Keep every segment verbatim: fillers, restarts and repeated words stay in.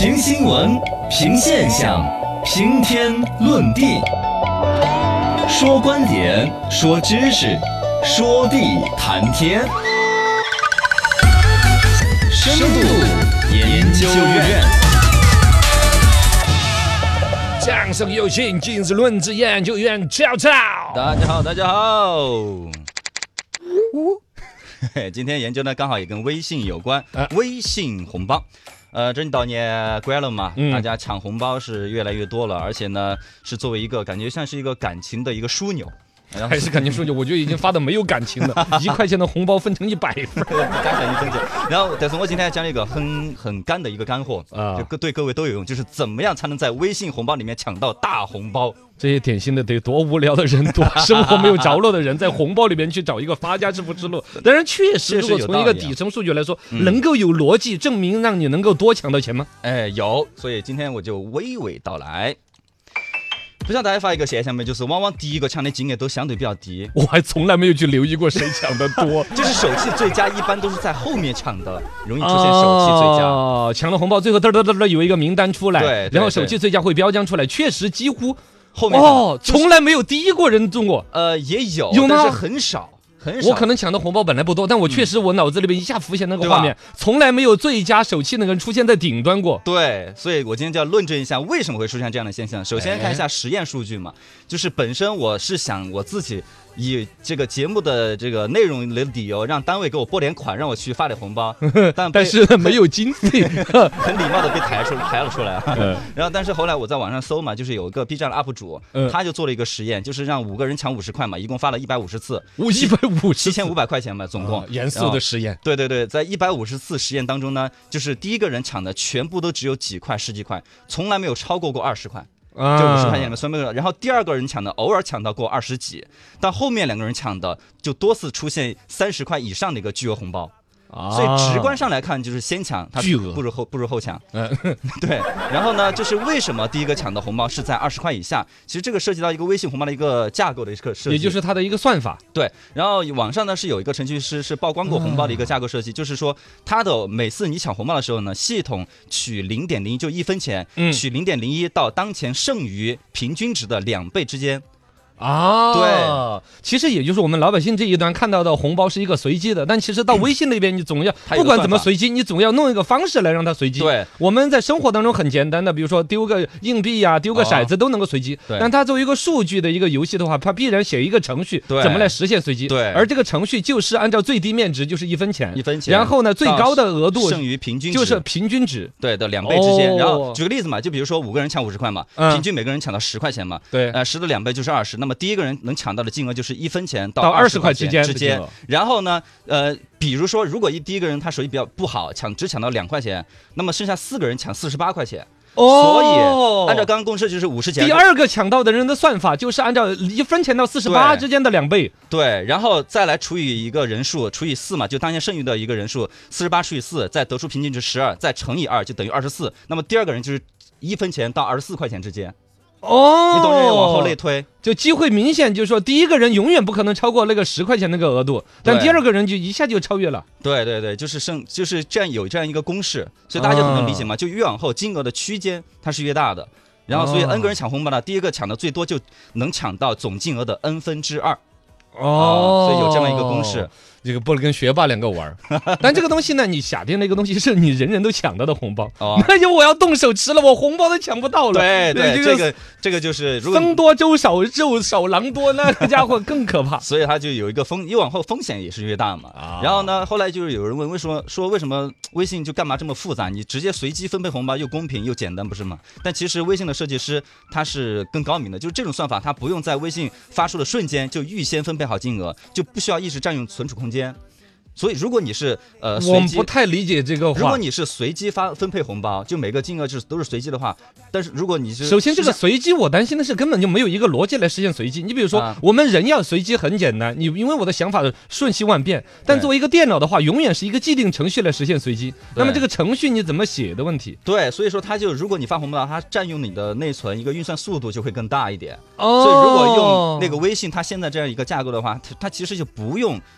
评新闻，评现象，评天论地，说观点，说知识，说地谈天。深度研究院， 掌声有请今日论资研究院赵赵。 大家好，大家好。今天研究呢，刚好也跟微信有关，啊、微信红包。呃，这到年关了嘛，嗯、大家抢红包是越来越多了，而且呢，是作为一个感觉像是一个感情的一个枢纽。 还是感情枢纽，我觉得已经发的没有感情了，一块钱的红包分成一百份， 加起来一分钱。然后，但是我今天讲了一个很很干的一个干货啊，就对各位都有用，就是怎么样才能在微信红包里面抢到大红包。 这些典型的得多无聊的人，多生活没有着落的人，在红包里面去找一个发家致富之路。当然，确实，如果从一个底层数据来说，嗯、能够有逻辑证明让你能够多抢到钱吗？ 哎，有。所以今天我就娓娓道来。不晓得大家发一个现象没，就是往往第一个抢的金额都相对比较低。 我还从来没有去留意过谁抢的多。 就是手气最佳一般都是在后面抢的，容易出现手气最佳。 哦，抢了红包，最后嘚嘚嘚嘚有一个名单出来， 对， 然后手气最佳会标将出来，确实几乎后面哦，从来没有第一个人中过。 呃，也有， 有吗？ 但是很少。 我可能抢的红包本来不多，但我确实我脑子里边一下浮现那个画面，从来没有最佳手气那个人出现在顶端过。 对，所以我今天就要论证一下为什么会出现这样的现象。首先看一下实验数据嘛，就是本身我是想我自己以这个节目的这个内容的理由，让单位给我拨点款，让我去发点红包，但但是没有经费， 很礼貌的被抬出抬了出来。嗯、然后，但是后来我在网上搜嘛，就是有一个 B 站的 U P 主，嗯、他就做了一个实验，就是让五个人抢五十块嘛，一共发了一百五十次， 一百五十七千五百块钱嘛，总共、 哦、严肃的实验。 对对对，在一百五十次实验当中呢，就是第一个人抢的全部都只有几块、十几块，从来没有超过过二十块。就五十块钱的算没有，然后第二个人抢的偶尔抢到过二十几，但后面两个人抢的就多次出现三十块以上的一个巨额红包。啊、所以直观上来看，就是先抢，它巨额不如后不如后抢。嗯，对。然后呢，就是为什么第一个抢的红包是在二十块以下？其实这个涉及到一个微信红包的一个架构的一个设计， 也就是它的一个算法。 对。然后网上呢是有一个程序师是曝光过红包的一个架构设计，嗯、就是说它的每次你抢红包的时候呢，系统取零点零一就一分钱，嗯、取零点零一到当前剩余平均值的两倍之间。 啊， 对， 其实也就是我们老百姓这一端看到的红包是一个随机的，但其实到微信那边，你总要不管怎么随机，你总要弄一个方式来让它随机。 对， 我们在生活当中很简单的，比如说丢个硬币呀、啊，丢个骰子都能够随机。 对、哦， 但它作为一个数据的一个游戏的话，它必然写一个程序，怎么来实现随机。 对， 而这个程序就是按照最低面值就是一分钱， 一分钱， 然后呢最高的额度剩余平均值就是平均值， 对的两倍之间。哦、然后举个例子嘛，就比如说五个人抢五十块嘛，嗯、平均每个人抢到十块钱嘛， 对， 呃，十的两倍就是二十，那么第一个人能抢到的金额就是一分钱到二十块之间之间，然后呢，呃，比如说，如果一第一个人他手艺比较不好，抢只抢到两块钱，那么剩下四个人抢四十八块钱。哦，所以按照刚刚公式就是五十钱。 第二个抢到的人的算法就是按照一分钱到四十八之间的两倍。 对，然后再来除以一个人数，除以四嘛，就当前剩余的一个人数，四十八除以四，再得出平均值十二，再乘以二就等于二十四。那么第二个人就是一分钱到二十四块钱之间。 哦， 你懂这个往后类推， 就机会明显，就是说第一个人永远不可能超过那个十块钱那个额度，但第二个人就一下就超越了。 对对对，就是剩就是这样有这样一个公式，所以大家就很能理解嘛。就越往后金额的区间它是越大的，然后所以 n 个人抢红包呢，第一个抢的最多就能抢到总金额的 n 分之二。哦、啊，所以有这么一个公式。 这个不能跟学霸两个玩但这个东西呢，你假定那个东西是你人人都抢到的红包，哦、那就我要动手吃了，我红包都抢不到了。 对对，这个这个就是僧多粥少肉少狼多，那个家伙更可怕。 所以它就有一个风，越往后风险也是越大嘛。啊、然后呢，后来就是有人问，为什么说为什么微信就干嘛这么复杂？你直接随机分配红包又公平又简单，不是吗？但其实微信的设计师他是更高明的，就是这种算法，它不用在微信发出的瞬间就预先分配好金额，就不需要一直占用存储空间。所以，如果你是呃， 我们不太理解这个话。 如果你是随机发分配红包，就每个金额就是都是随机的话，但是如果你是首先这个随机，我担心的是根本就没有一个逻辑来实现随机。你比如说，啊、我们人要随机很简单，你因为我的想法瞬息万变，但作为一个电脑的话，永远是一个既定程序来实现随机。那么这个程序你怎么写的问题？ 对，所以说它就如果你发红包，它占用你的内存，一个运算速度就会更大一点。哦，所以如果用那个微信，它现在这样一个架构的话，它它其实就不用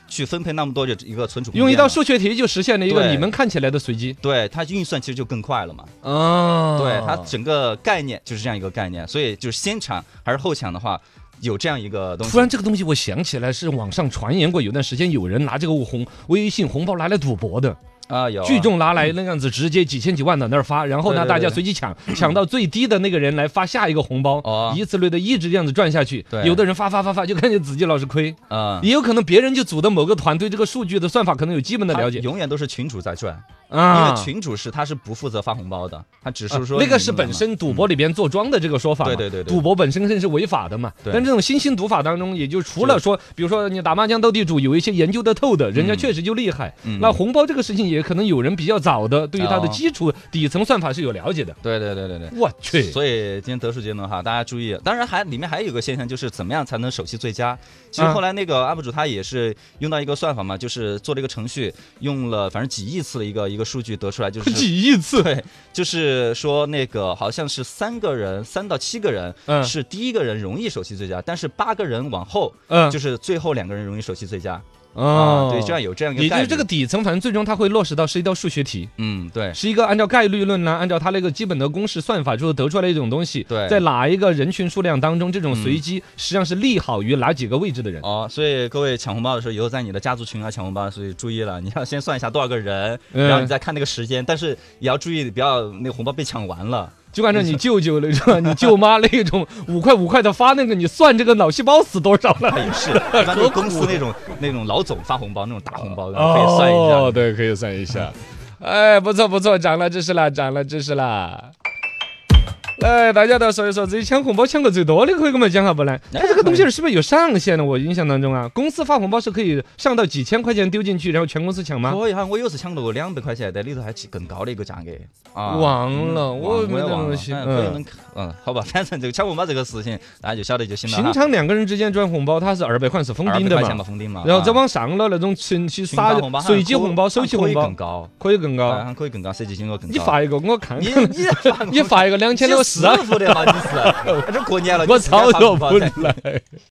去分配那么多的一个存储空间。 用一道数学题就实现了一个对你们看起来的随机。 对，它运算其实就更快了嘛。 哦， 对，它整个概念就是这样一个概念，所以就是先抢还是后抢的话，有这样一个东西。 突然这个东西我想起来，是网上传言过，有段时间有人拿这个红微信红包拿来赌博的。 啊，有啊聚众拿来那样子，直接几千几万的那儿发，然后呢， 对对对大家随机抢，抢到最低的那个人来发下一个红包， 哦以此类的，一直这样子转下去。 对有的人发发发发，就看见自己老是亏， 啊， 也有可能别人就组的某个团对这个数据的算法可能有基本的了解它永远都是群主在赚， 啊。 因为群主是他是不负责发红包的，他只是说啊那个是你明白吗本身赌博里边做庄的这个说法嘛， 对对对对赌博本身是违法的嘛。 对但这种新兴赌法当中，也就除了说，比如说你打麻将斗地主，有一些研究的透的，人家确实就厉害。 嗯那红包这个事情，也可能有人比较早的，对于它的哦基础底层算法是有了解的。 对对对对对。 我去， 所以今天得出结论哈，大家注意。当然还里面还有一个现象，就是怎么样才能手气最佳。其实后来那个 U P 主他也是用到一个算法嘛，就是做了一个程序，用了反正几亿次的一个一个数据得出来，就是几亿次， 对，就是说那个好像是三个人，三到七个人嗯是第一个人容易手气最佳，但是八个人往后， 嗯， 就是最后两个人容易手气最佳。 哦啊，对，这样有这样一个也就是概率。 这个底层，反正最终它会落实到是一道数学题， 嗯，对， 是一个按照概率论呢，按照它那个基本的公式算法之后得出来的一种东西。 对在哪一个人群数量当中，这种随机实际上是利好于哪几个位置的人。 哦，所以各位抢红包的时候，以后在你的家族群啊抢红包，所以注意了，你要先算一下多少个人， 嗯然后你再看那个时间，但是也要注意不要那个红包被抢完了。 就按照你舅舅那种、你舅妈那种五块五块的发那个，你算这个脑细胞死多少了？ 他也是，一般都公司那种那种老总发红包那种大红包，可以算一下。 哦，对，可以算一下。哎，不错不错，长了知识了，长了知识了。来，大家都说一说自己抢红包抢过最多的，可以给我们讲下不来？它这个东西是不是有上限的？我印象当中啊，公司发红包是可以上到几千块钱丢进去，然后全公司抢吗？ 可以哈，我有次抢到过两百块钱，但里头还更高的一个价格啊。 忘了， 嗯我没那忘了东西。 嗯，可能嗯，好吧，反正这个抢红包这个事情，大家就晓得就行了哈。 平常两个人之间转红包，它是二百块是封顶的二百块钱嘛， 嘛， 封顶嘛。 然后再啊往上了那种群去撒群发红包随机红包、手气红包可以更，高， 可以更高。 啊可以更高，设计金额更高。 你发一个，我看你看。 你发你发一个两千六四师傅的嘛，你是，这过年了， 我你是该操作不发红包噻来。